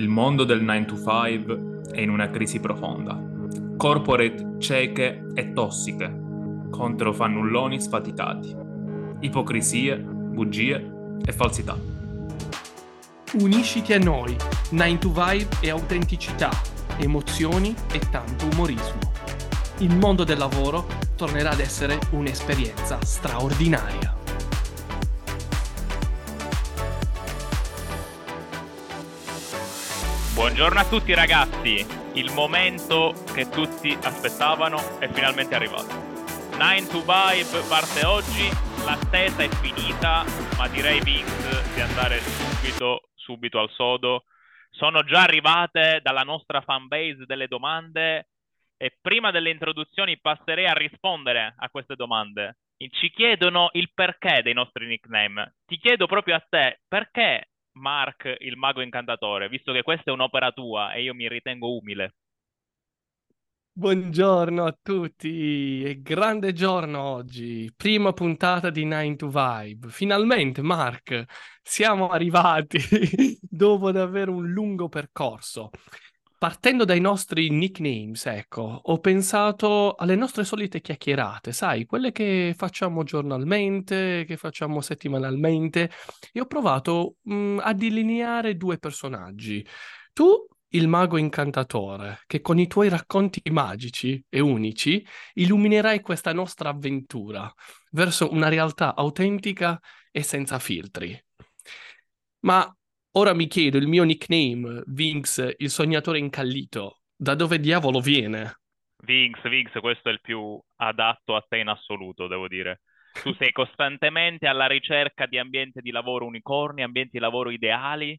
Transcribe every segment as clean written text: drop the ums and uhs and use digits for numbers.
Il mondo del 9 to 5 è in una crisi profonda. Corporate cieche e tossiche contro fannulloni sfaticati. Ipocrisie, bugie e falsità. Unisciti a noi, 9 to Vibe e autenticità, emozioni e tanto umorismo. Il mondo del lavoro tornerà ad essere un'esperienza straordinaria. Buongiorno a tutti ragazzi, il momento che tutti aspettavano è finalmente arrivato. 9 to Vibe parte oggi, l'attesa è finita, ma direi Vince di andare subito al sodo. Sono già arrivate dalla nostra fanbase delle domande e prima delle introduzioni passerei a rispondere a queste domande. Ci chiedono il perché dei nostri nickname. Ti chiedo proprio a te, perché Mark il mago incantatore, visto che questa è un'opera tua e io mi ritengo umile? Buongiorno a tutti, è grande giorno oggi, prima puntata di 9 to Vibe. Finalmente, Mark, siamo arrivati dopo davvero un lungo percorso. Partendo dai nostri nicknames, ecco, ho pensato alle nostre solite chiacchierate, sai, quelle che facciamo giornalmente, che facciamo settimanalmente, e ho provato a delineare due personaggi. Tu, il mago incantatore, che con i tuoi racconti magici e unici illuminerai questa nostra avventura verso una realtà autentica e senza filtri. Ma ora mi chiedo, il mio nickname, Vinx, il sognatore incallito, da dove diavolo viene? Vinx, questo è il più adatto a te in assoluto, devo dire. Tu sei costantemente alla ricerca di ambienti di lavoro unicorni, ambienti di lavoro ideali,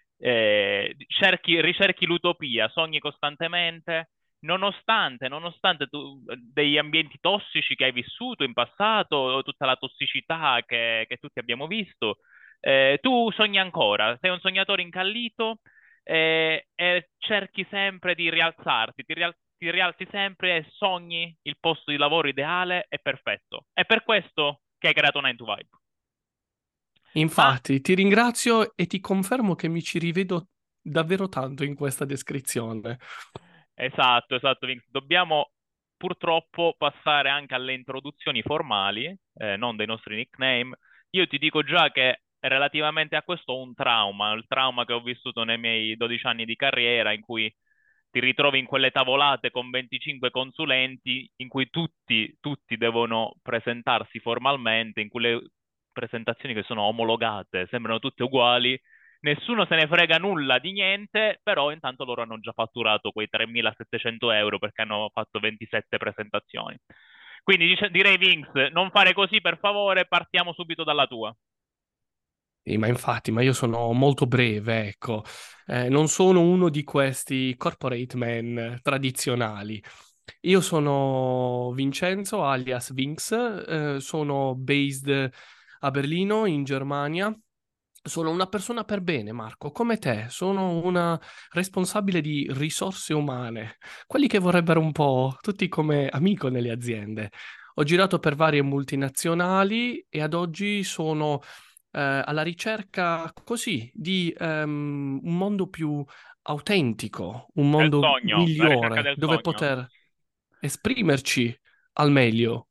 ricerchi l'utopia, sogni costantemente, nonostante tu, degli ambienti tossici che hai vissuto in passato, tutta la tossicità che tutti abbiamo visto, tu sogni ancora, sei un sognatore incallito e cerchi sempre di rialzarti, ti rialzi sempre e sogni il posto di lavoro ideale e perfetto. È per questo che hai creato 9 to Vibe. Ma Infatti, ti ringrazio e ti confermo che mi ci rivedo davvero tanto in questa descrizione. esatto, Vince. Dobbiamo purtroppo passare anche alle introduzioni formali, non dei nostri nickname. Io ti dico già che relativamente a questo ho un trauma, il trauma che ho vissuto nei miei 12 anni di carriera, in cui ti ritrovi in quelle tavolate con 25 consulenti, in cui tutti devono presentarsi formalmente, in cui le presentazioni che sono omologate sembrano tutte uguali. Nessuno se ne frega nulla di niente, però intanto loro hanno già fatturato quei 3.700 euro perché hanno fatto 27 presentazioni. Quindi direi, Vince, non fare così per favore, partiamo subito dalla tua. Sì, ma infatti, ma io sono molto breve, ecco. Non sono uno di questi corporate man tradizionali. Io sono Vincenzo, alias Vinx, sono based a Berlino, in Germania. Sono una persona per bene, Marco, come te. Sono una responsabile di risorse umane, quelli che vorrebbero un po' tutti come amico nelle aziende. Ho girato per varie multinazionali e ad oggi sono alla ricerca così di un mondo più autentico, un Del mondo sogno, la ricerca migliore, del dove sogno. poter esprimerci al meglio.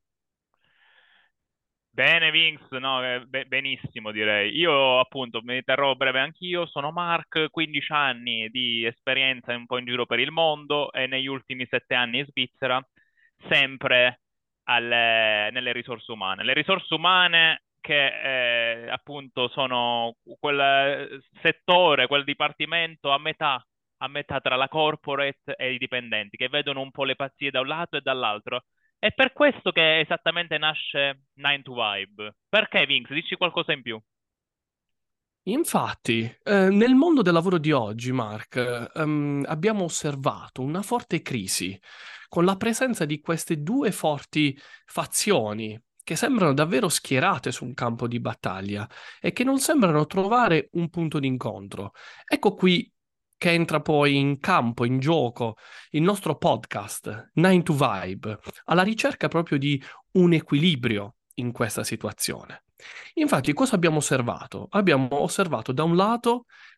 Bene, Vince, no, benissimo direi. Io appunto mi terrò breve anch'io, sono Mark, 15 anni di esperienza un po' in giro per il mondo e negli ultimi 7 anni in Svizzera, sempre nelle risorse umane. Le risorse umane che appunto sono quel settore, quel dipartimento a metà tra la corporate e i dipendenti, che vedono un po' le pazzie da un lato e dall'altro. È per questo che esattamente nasce 9 to Vibe. Perché, Vinx? Dici qualcosa in più. Infatti, nel mondo del lavoro di oggi, Mark, abbiamo osservato una forte crisi con la presenza di queste due forti fazioni che sembrano davvero schierate su un campo di battaglia e che non sembrano trovare un punto d'incontro. Ecco qui che entra poi in campo, in gioco, il nostro podcast 9 to Vibe, alla ricerca proprio di un equilibrio in questa situazione. Infatti, cosa abbiamo osservato? Abbiamo osservato da un lato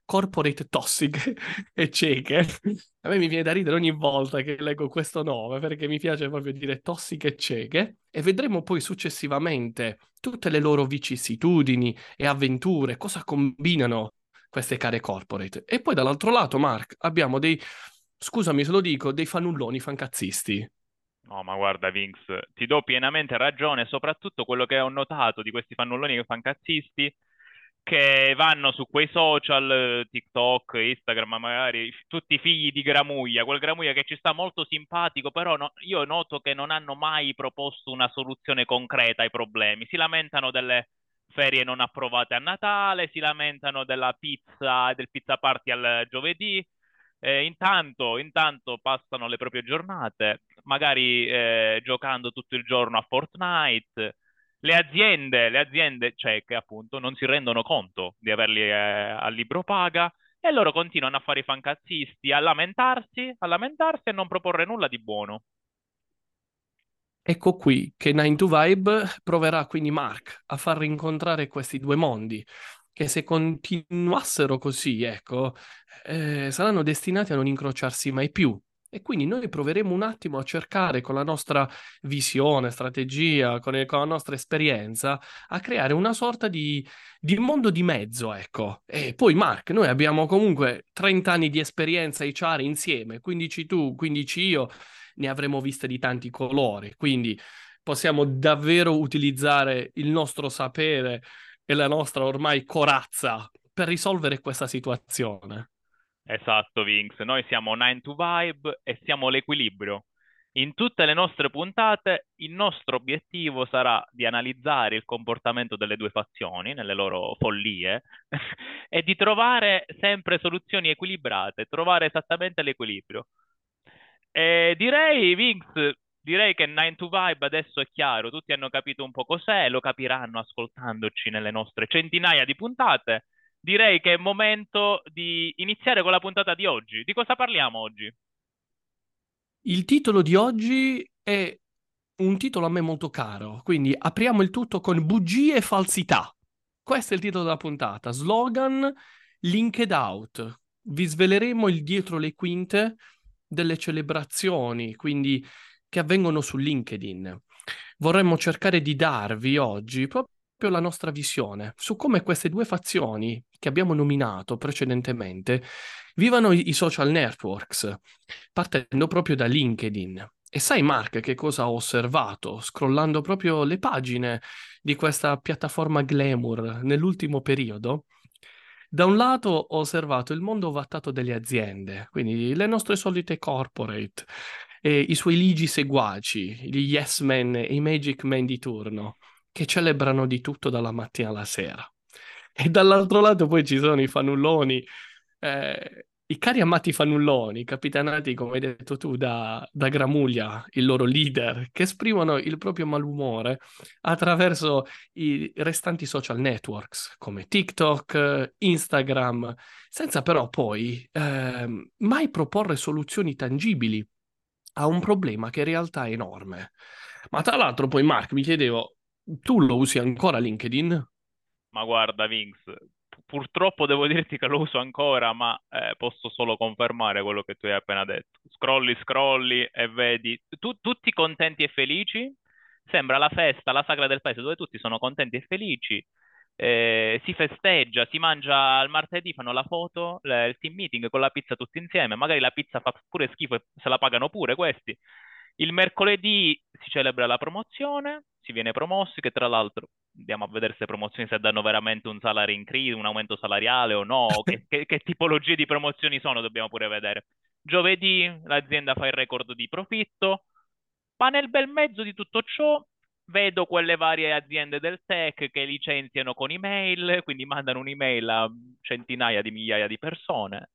corporate tossiche e cieche. A me mi viene da ridere ogni volta che leggo questo nome perché mi piace proprio dire tossiche e cieche e vedremo poi successivamente tutte le loro vicissitudini e avventure, cosa combinano queste care corporate. E poi dall'altro lato, Mark, abbiamo scusami se lo dico, dei fanulloni fancazzisti. No, ma guarda, Vinx, ti do pienamente ragione, soprattutto quello che ho notato di questi fannulloni che fanno cazzisti, che vanno su quei social, TikTok, Instagram, ma magari tutti figli di Gramuglia, quel Gramuglia che ci sta molto simpatico, però io noto che non hanno mai proposto una soluzione concreta ai problemi. Si lamentano delle ferie non approvate a Natale, si lamentano della pizza, del pizza party al giovedì. Intanto passano le proprie giornate, magari giocando tutto il giorno a Fortnite. Le aziende cieche, appunto, non si rendono conto di averli a libro paga e loro continuano a fare i fancazzisti, a lamentarsi e non proporre nulla di buono. Ecco qui che 9 to Vibe proverà quindi Mark a far rincontrare questi due mondi, che se continuassero così, ecco, saranno destinati a non incrociarsi mai più. E quindi noi proveremo un attimo a cercare con la nostra visione, strategia, con la nostra esperienza, a creare una sorta di mondo di mezzo, ecco. E poi Mark, noi abbiamo comunque 30 anni di esperienza HR insieme, 15 tu, 15 io, ne avremo viste di tanti colori, quindi possiamo davvero utilizzare il nostro sapere e la nostra ormai corazza per risolvere questa situazione. Esatto, Vinx. Noi siamo 9 to Vibe e siamo l'equilibrio. In tutte le nostre puntate, il nostro obiettivo sarà di analizzare il comportamento delle due fazioni nelle loro follie e di trovare sempre soluzioni equilibrate, trovare esattamente l'equilibrio. E direi, Vinx, direi che 9 to Vibe adesso è chiaro, tutti hanno capito un po' cos'è, lo capiranno ascoltandoci nelle nostre centinaia di puntate. Direi che è momento di iniziare con la puntata di oggi. Di cosa parliamo oggi? Il titolo di oggi è un titolo a me molto caro, quindi apriamo il tutto con bugie e falsità. Questo è il titolo della puntata. Slogan Linked Out. Vi sveleremo il dietro le quinte delle celebrazioni, quindi che avvengono su LinkedIn. Vorremmo cercare di darvi oggi proprio la nostra visione su come queste due fazioni che abbiamo nominato precedentemente vivano i social networks, partendo proprio da LinkedIn. E sai, Mark, che cosa ho osservato scrollando proprio le pagine di questa piattaforma glamour nell'ultimo periodo? Da un lato ho osservato il mondo ovattato delle aziende, quindi le nostre solite corporate, e i suoi ligi seguaci, gli yes men e i magic men di turno, che celebrano di tutto dalla mattina alla sera. E dall'altro lato poi ci sono i fanulloni, i cari amati fanulloni, capitanati, come hai detto tu, da Gramuglia, il loro leader, che esprimono il proprio malumore attraverso i restanti social networks come TikTok, Instagram, senza però poi mai proporre soluzioni tangibili a un problema che in realtà è enorme. Ma tra l'altro poi Mark, mi chiedevo, tu lo usi ancora LinkedIn? Ma guarda, Vinx, purtroppo devo dirti che lo uso ancora, ma posso solo confermare quello che tu hai appena detto. Scrolli, scrolli e vedi tutti contenti e felici. Sembra la festa, la sagra del paese, dove tutti sono contenti e felici. Si festeggia, si mangia al martedì, fanno la foto, il team meeting con la pizza tutti insieme. Magari la pizza fa pure schifo e se la pagano pure questi. Il mercoledì si celebra la promozione, si viene promossi, che tra l'altro andiamo a vedere se promozioni se danno veramente un salary increase, un aumento salariale o no, o che tipologie di promozioni sono, dobbiamo pure vedere. Giovedì l'azienda fa il record di profitto, ma nel bel mezzo di tutto ciò vedo quelle varie aziende del tech che licenziano con email, quindi mandano un'email a centinaia di migliaia di persone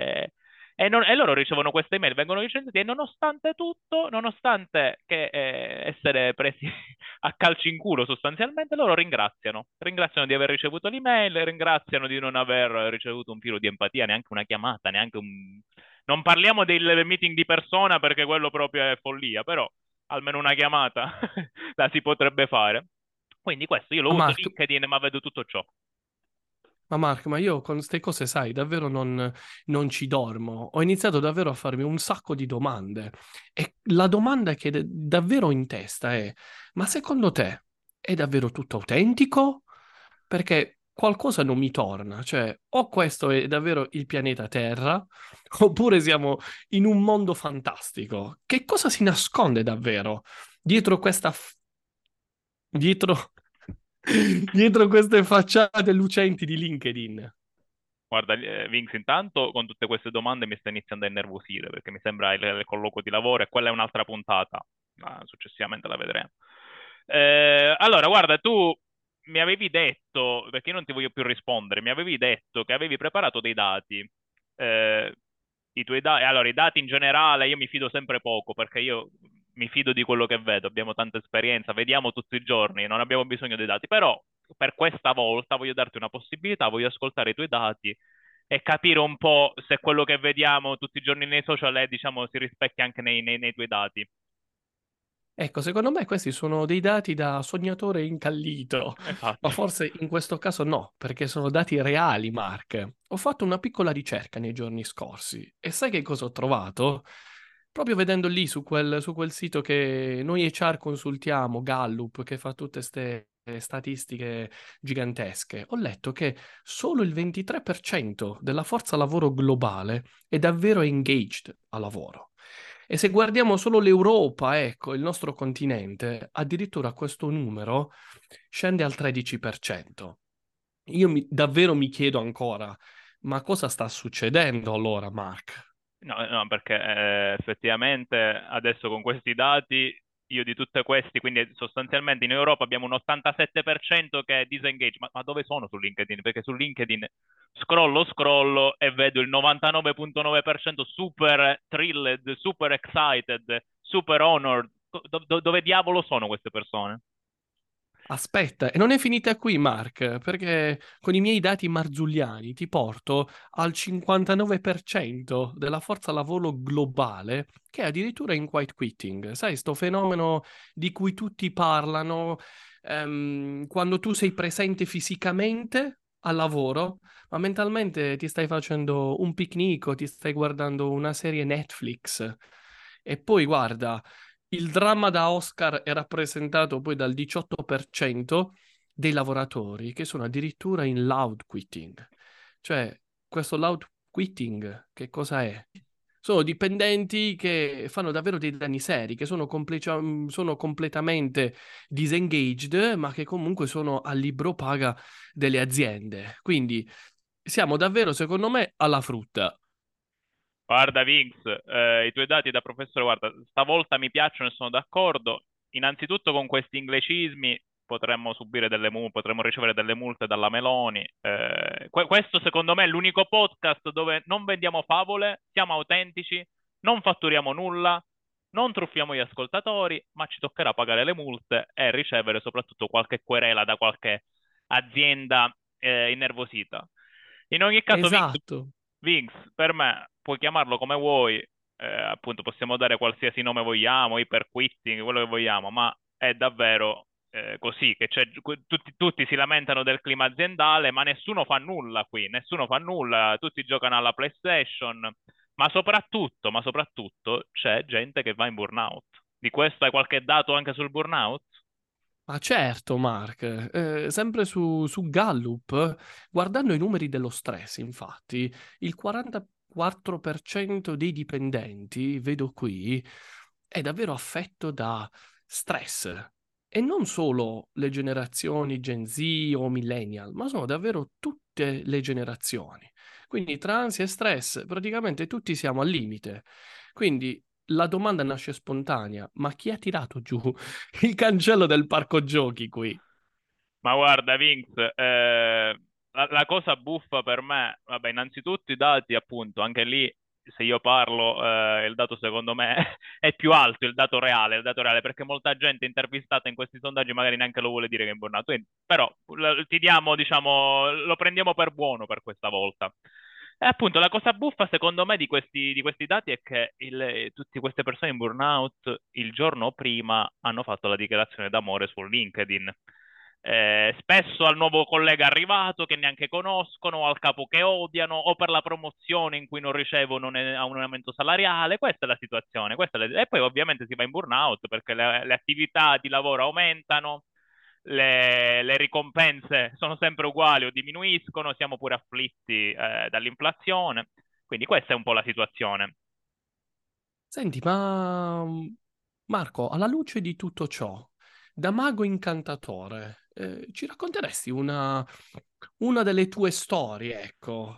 e loro ricevono queste email, vengono licenziati e nonostante tutto, nonostante che essere presi a calci in culo sostanzialmente, loro ringraziano di aver ricevuto l'email, ringraziano di non aver ricevuto un filo di empatia, neanche una chiamata, neanche un... Non parliamo del meeting di persona perché quello proprio è follia, però almeno una chiamata la si potrebbe fare. Quindi questo, io lo Ma uso Mark, LinkedIn, ma vedo tutto ciò. Ma Mark, ma io con queste cose, sai, davvero non ci dormo. Ho iniziato davvero a farmi un sacco di domande. E la domanda che davvero ho in testa è: ma secondo te è davvero tutto autentico? Perché qualcosa non mi torna. Cioè, o questo è davvero il pianeta Terra, oppure siamo in un mondo fantastico. Che cosa si nasconde davvero dietro questa dietro, dietro queste facciate lucenti di LinkedIn? Guarda, Vinx, intanto con tutte queste domande mi sta iniziando a innervosire perché mi sembra il colloquio di lavoro e quella è un'altra puntata, ma successivamente la vedremo. Allora, guarda, tu mi avevi detto, perché io non ti voglio più rispondere, mi avevi detto che avevi preparato dei dati. Eh, i tuoi dati, allora, i dati in generale io mi fido sempre poco perché io mi fido di quello che vedo, abbiamo tanta esperienza, vediamo tutti i giorni, non abbiamo bisogno dei dati, però per questa volta voglio darti una possibilità, voglio ascoltare i tuoi dati e capire un po' se quello che vediamo tutti i giorni nei social è, diciamo, si rispecchia anche nei tuoi dati. Ecco, secondo me questi sono dei dati da sognatore incallito, ma Esatto. forse in questo caso no, perché sono dati reali, Mark. Ho fatto una piccola ricerca nei giorni scorsi e sai che cosa ho trovato? Proprio vedendo lì su quel sito che noi HR consultiamo, Gallup, che fa tutte queste statistiche gigantesche, ho letto che solo il 23% della forza lavoro globale è davvero engaged a lavoro. E se guardiamo solo l'Europa, ecco, il nostro continente, addirittura questo numero scende al 13%. Davvero mi chiedo ancora, ma cosa sta succedendo allora, Mark? No, no, perché effettivamente adesso con questi dati, io di tutte questi, quindi sostanzialmente in Europa abbiamo un 87% che è disengage, ma dove sono su LinkedIn? Perché su LinkedIn scrollo e vedo il 99,9% super thrilled, super excited, super honored. Dove diavolo sono queste persone? Aspetta, e non è finita qui, Mark, perché con i miei dati marzulliani ti porto al 59% della forza lavoro globale che è addirittura in quiet quitting. Sai, sto fenomeno di cui tutti parlano, quando tu sei presente fisicamente al lavoro, ma mentalmente ti stai facendo un picnic o ti stai guardando una serie Netflix. E poi guarda. Il dramma da Oscar è rappresentato poi dal 18% dei lavoratori che sono addirittura in loud quitting. Cioè, questo loud quitting, che cosa è? Sono dipendenti che fanno davvero dei danni seri, che sono completamente disengaged, ma che comunque sono a libro paga delle aziende. Quindi siamo davvero, secondo me, alla frutta. Guarda, Vinx, i tuoi dati da professore, guarda, stavolta mi piacciono e sono d'accordo. Innanzitutto con questi inglicismi potremmo subire delle multe, potremmo ricevere delle multe dalla Meloni. Questo secondo me è l'unico podcast dove non vendiamo favole, siamo autentici, non fatturiamo nulla, non truffiamo gli ascoltatori, ma ci toccherà pagare le multe e ricevere soprattutto qualche querela da qualche azienda innervosita. In ogni caso, Vinx, Esatto. Vinx, per me puoi chiamarlo come vuoi, appunto possiamo dare qualsiasi nome vogliamo, iperquitting, quello che vogliamo, ma è davvero così, che tutti si lamentano del clima aziendale, ma nessuno fa nulla qui, nessuno fa nulla, tutti giocano alla PlayStation, ma soprattutto c'è gente che va in burnout. Di questo hai qualche dato anche sul burnout? Ma certo, Mark, sempre su Gallup, guardando i numeri dello stress, infatti, il 44% dei dipendenti, vedo qui, è davvero affetto da stress. E non solo le generazioni Gen Z o Millennial, ma sono davvero tutte le generazioni. Quindi tra ansia e stress, praticamente tutti siamo al limite. Quindi la domanda nasce spontanea, ma chi ha tirato giù il cancello del parco giochi qui? Ma guarda, Vince, la cosa buffa per me, vabbè, innanzitutto i dati, appunto, anche lì, se io parlo, il dato secondo me è più alto, il dato reale, perché molta gente intervistata in questi sondaggi magari neanche lo vuole dire che è in burnout. Però ti diamo, diciamo, lo prendiamo per buono per questa volta. E appunto, la cosa buffa, secondo me, di questi dati è che tutte queste persone in burnout il giorno prima hanno fatto la dichiarazione d'amore su LinkedIn. spesso al nuovo collega arrivato che neanche conoscono, o al capo che odiano, o per la promozione in cui non ricevono un aumento salariale. Questa è la situazione. E poi ovviamente si va in burnout perché le attività di lavoro aumentano, le ricompense sono sempre uguali o diminuiscono, siamo pure afflitti dall'inflazione. Quindi questa è un po' la situazione. Senti, ma Marco, alla luce di tutto ciò, da mago incantatore, ci racconteresti una delle tue storie, ecco,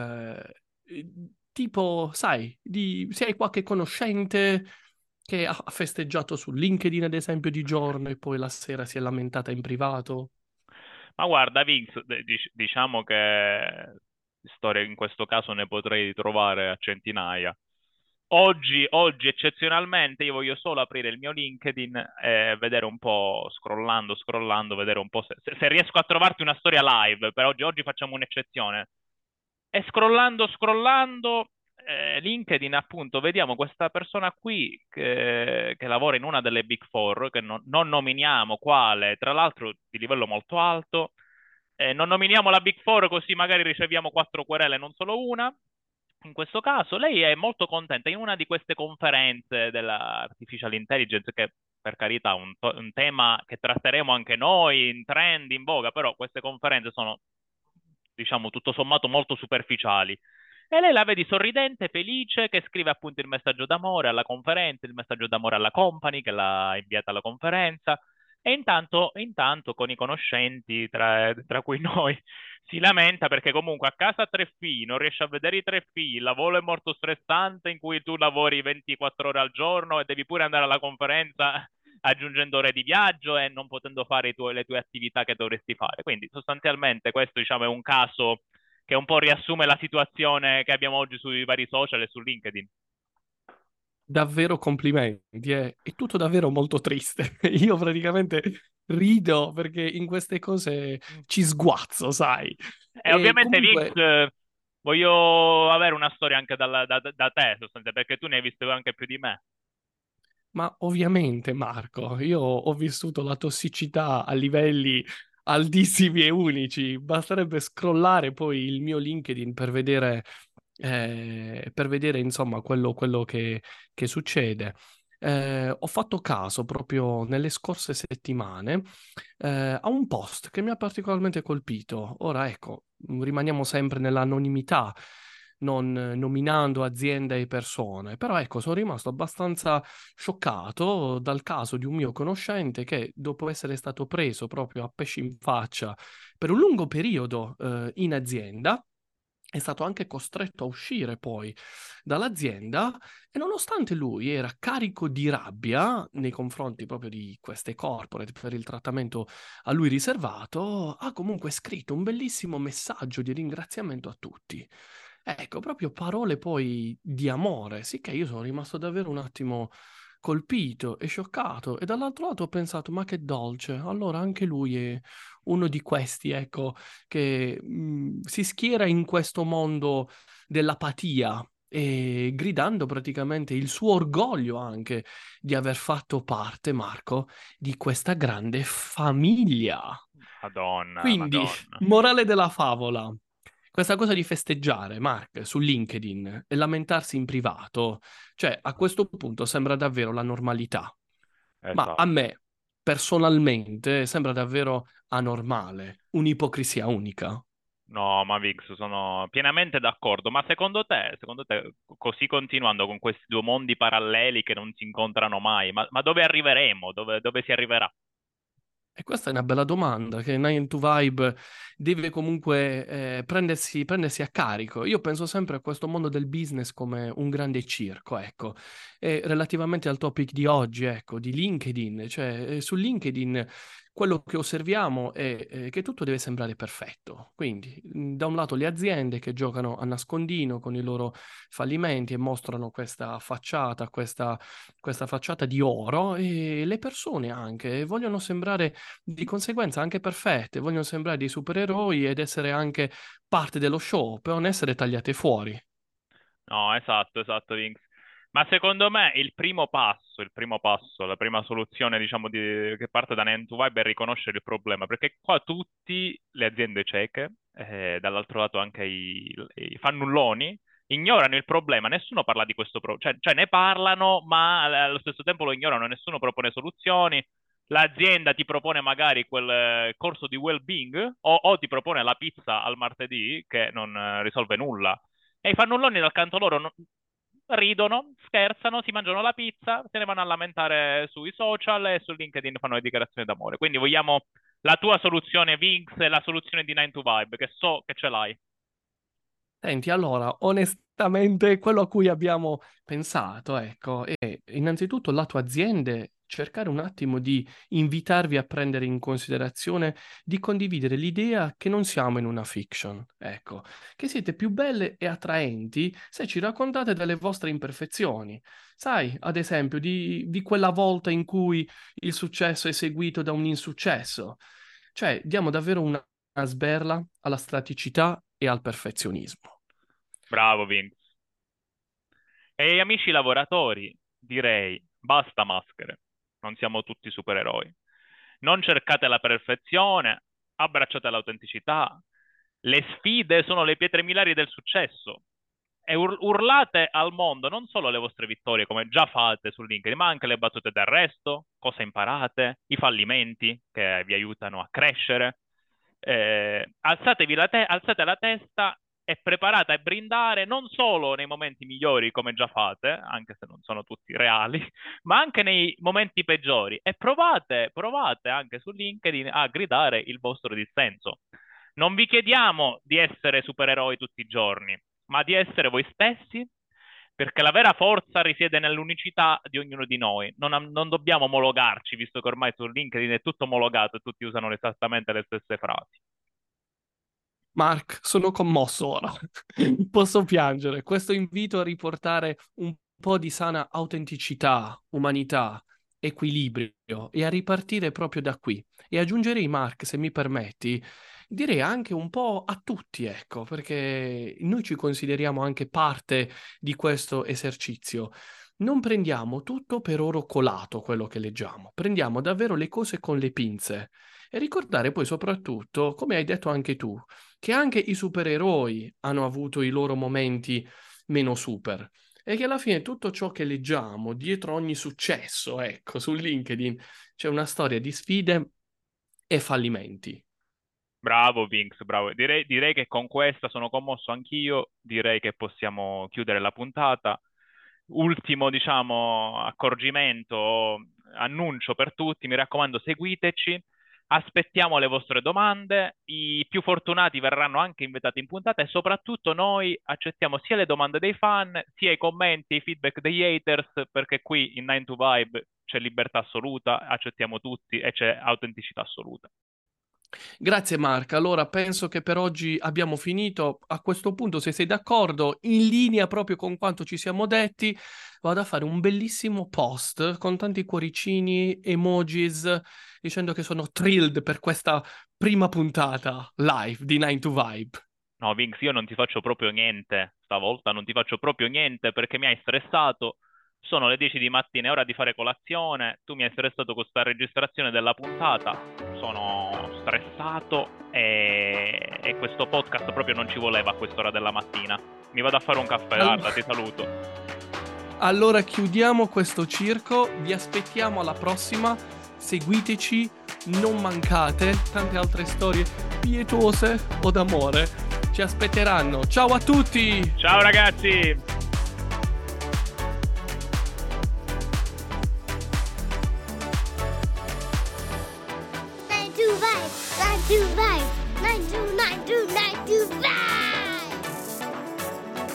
tipo, sai, se hai qualche conoscente che ha festeggiato su LinkedIn, ad esempio, di giorno e poi la sera si è lamentata in privato? Ma guarda, Vince, diciamo che storie in questo caso ne potrei trovare a centinaia. Oggi eccezionalmente io voglio solo aprire il mio LinkedIn e vedere un po', scrollando, vedere un po' se riesco a trovarti una storia live. Per oggi facciamo un'eccezione. E scrollando, LinkedIn, appunto, vediamo questa persona qui che lavora in una delle Big Four, che non nominiamo quale, tra l'altro di livello molto alto. Non nominiamo la Big Four così magari riceviamo 4 querele, non solo una. In questo caso lei è molto contenta in una di queste conferenze dell'artificial intelligence, che per carità è un tema che tratteremo anche noi, in trend, in voga, però queste conferenze sono, diciamo, tutto sommato molto superficiali. E lei la vedi sorridente, felice, che scrive appunto il messaggio d'amore alla conferenza, il messaggio d'amore alla company che l'ha inviata alla conferenza. E intanto con i conoscenti, tra cui noi, si lamenta perché comunque a casa ha 3 figli, non riesce a vedere i 3 figli, il lavoro è molto stressante in cui tu lavori 24 ore al giorno e devi pure andare alla conferenza aggiungendo ore di viaggio e non potendo fare le tue attività che dovresti fare. Quindi sostanzialmente questo, diciamo, è un caso che un po' riassume la situazione che abbiamo oggi sui vari social e su LinkedIn. Davvero complimenti, è tutto davvero molto triste. Io praticamente rido perché in queste cose ci sguazzo, sai. E E ovviamente, Vinx, comunque, voglio avere una storia anche da te, sostanzialmente, perché tu ne hai viste anche più di me. ma ovviamente Marco, io ho vissuto la tossicità a livelli altissimi e unici. Basterebbe scrollare poi il mio LinkedIn per vedere insomma quello che succede. Ho fatto caso proprio nelle scorse settimane a un post che mi ha particolarmente colpito. Ora, ecco, rimaniamo sempre nell'anonimità, non nominando aziende e persone, però ecco, sono rimasto abbastanza scioccato dal caso di un mio conoscente che, dopo essere stato preso proprio a pesci in faccia per un lungo periodo in azienda, è stato anche costretto a uscire poi dall'azienda e nonostante lui era carico di rabbia nei confronti proprio di queste corporate per il trattamento a lui riservato, ha comunque scritto un bellissimo messaggio di ringraziamento a tutti. Ecco, proprio parole poi di amore, sì che io sono rimasto davvero un attimo colpito e scioccato e dall'altro lato ho pensato, ma che dolce, allora anche lui è uno di questi, ecco, che si schiera in questo mondo dell'apatia e gridando praticamente il suo orgoglio anche di aver fatto parte, Marco, di questa grande famiglia. Madonna, Quindi, Madonna. morale della favola, questa cosa di festeggiare, Mark, su LinkedIn e lamentarsi in privato, cioè a questo punto sembra davvero la normalità. Ma a Esatto. me, personalmente, sembra davvero anormale, un'ipocrisia unica. No, ma Vix, sono pienamente d'accordo. Ma secondo te, così continuando con questi due mondi paralleli che non si incontrano mai, ma dove arriveremo? Dove si arriverà? E questa è una bella domanda che 9 to Vibe deve comunque prendersi a carico. Io penso sempre a questo mondo del business come un grande circo, ecco. E relativamente al topic di oggi, ecco, di LinkedIn, cioè su LinkedIn quello che osserviamo è che tutto deve sembrare perfetto. Quindi, da un lato le aziende che giocano a nascondino con i loro fallimenti e mostrano questa facciata di oro e le persone anche vogliono sembrare di conseguenza anche perfette, vogliono sembrare dei supereroi ed essere anche parte dello show per non essere tagliate fuori. No, esatto, Vinx. Ma secondo me il primo passo, la prima soluzione, diciamo, che parte da 9to5 è riconoscere il problema, perché qua tutte le aziende cieche, dall'altro lato anche i fannulloni, ignorano il problema, nessuno parla di questo problema, cioè ne parlano, ma allo stesso tempo lo ignorano, nessuno propone soluzioni. L'azienda ti propone magari quel corso di well-being o ti propone la pizza al martedì che non risolve nulla. E i fannulloni dal canto loro ridono, scherzano, si mangiano la pizza, se ne vanno a lamentare sui social e su LinkedIn fanno le dichiarazioni d'amore. Quindi vogliamo la tua soluzione, Vinx, e la soluzione di 9to5, che so che ce l'hai. Senti, allora, onestamente, quello a cui abbiamo pensato, ecco, è innanzitutto lato aziende cercare un attimo di invitarvi a prendere in considerazione di condividere l'idea che non siamo in una fiction, ecco, che siete più belle e attraenti se ci raccontate delle vostre imperfezioni. Sai, ad esempio, di quella volta in cui il successo è seguito da un insuccesso. Cioè, diamo davvero una sberla alla staticità e al perfezionismo. Bravo, Vinx. E agli amici lavoratori direi, basta maschere, non siamo tutti supereroi. Non cercate la perfezione, abbracciate l'autenticità. Le sfide sono le pietre miliari del successo. E urlate al mondo non solo le vostre vittorie, come già fate su LinkedIn, ma anche le battute d'arresto, cosa imparate, i fallimenti che vi aiutano a crescere. Alzate la testa e preparate a brindare non solo nei momenti migliori, come già fate, anche se non sono tutti reali, ma anche nei momenti peggiori. E provate anche su LinkedIn a gridare il vostro dissenso. Non vi chiediamo di essere supereroi tutti i giorni, ma di essere voi stessi, perché la vera forza risiede nell'unicità di ognuno di noi. Non dobbiamo omologarci, visto che ormai su LinkedIn è tutto omologato e tutti usano esattamente le stesse frasi. Mark, sono commosso ora. Posso piangere. Questo invito a riportare un po' di sana autenticità, umanità, equilibrio e a ripartire proprio da qui. E aggiungerei, Mark, se mi permetti, direi anche un po' a tutti, ecco, perché noi ci consideriamo anche parte di questo esercizio. Non prendiamo tutto per oro colato quello che leggiamo, prendiamo davvero le cose con le pinze e ricordare poi soprattutto, come hai detto anche tu, che anche i supereroi hanno avuto i loro momenti meno super e che alla fine tutto ciò che leggiamo dietro ogni successo, ecco, su LinkedIn c'è una storia di sfide e fallimenti. Bravo Vinx, bravo. Direi che con questa sono commosso anch'io, direi che possiamo chiudere la puntata. Ultimo, diciamo, accorgimento, annuncio per tutti, mi raccomando, seguiteci, aspettiamo le vostre domande, i più fortunati verranno anche invitati in puntata e soprattutto noi accettiamo sia le domande dei fan, sia i commenti, i feedback degli haters, perché qui in 9to5 c'è libertà assoluta, accettiamo tutti e c'è autenticità assoluta. Grazie Mark, allora penso che per oggi abbiamo finito. A questo punto, se sei d'accordo, in linea proprio con quanto ci siamo detti, vado a fare un bellissimo post con tanti cuoricini, emojis, dicendo che sono thrilled per questa prima puntata live di 9to5. No, Vinx, io non ti faccio proprio niente, stavolta non ti faccio proprio niente perché mi hai stressato. Sono le 10 di mattina, è ora di fare colazione, tu mi hai stressato con questa registrazione della puntata, sono stressato e questo podcast proprio non ci voleva a quest'ora della mattina. Mi vado a fare un caffè, guarda, ti saluto. Allora chiudiamo questo circo, vi aspettiamo alla prossima, seguiteci, non mancate, tante altre storie pietose o d'amore ci aspetteranno. Ciao a tutti! Ciao ragazzi! 9to5, 9to5, 9to5.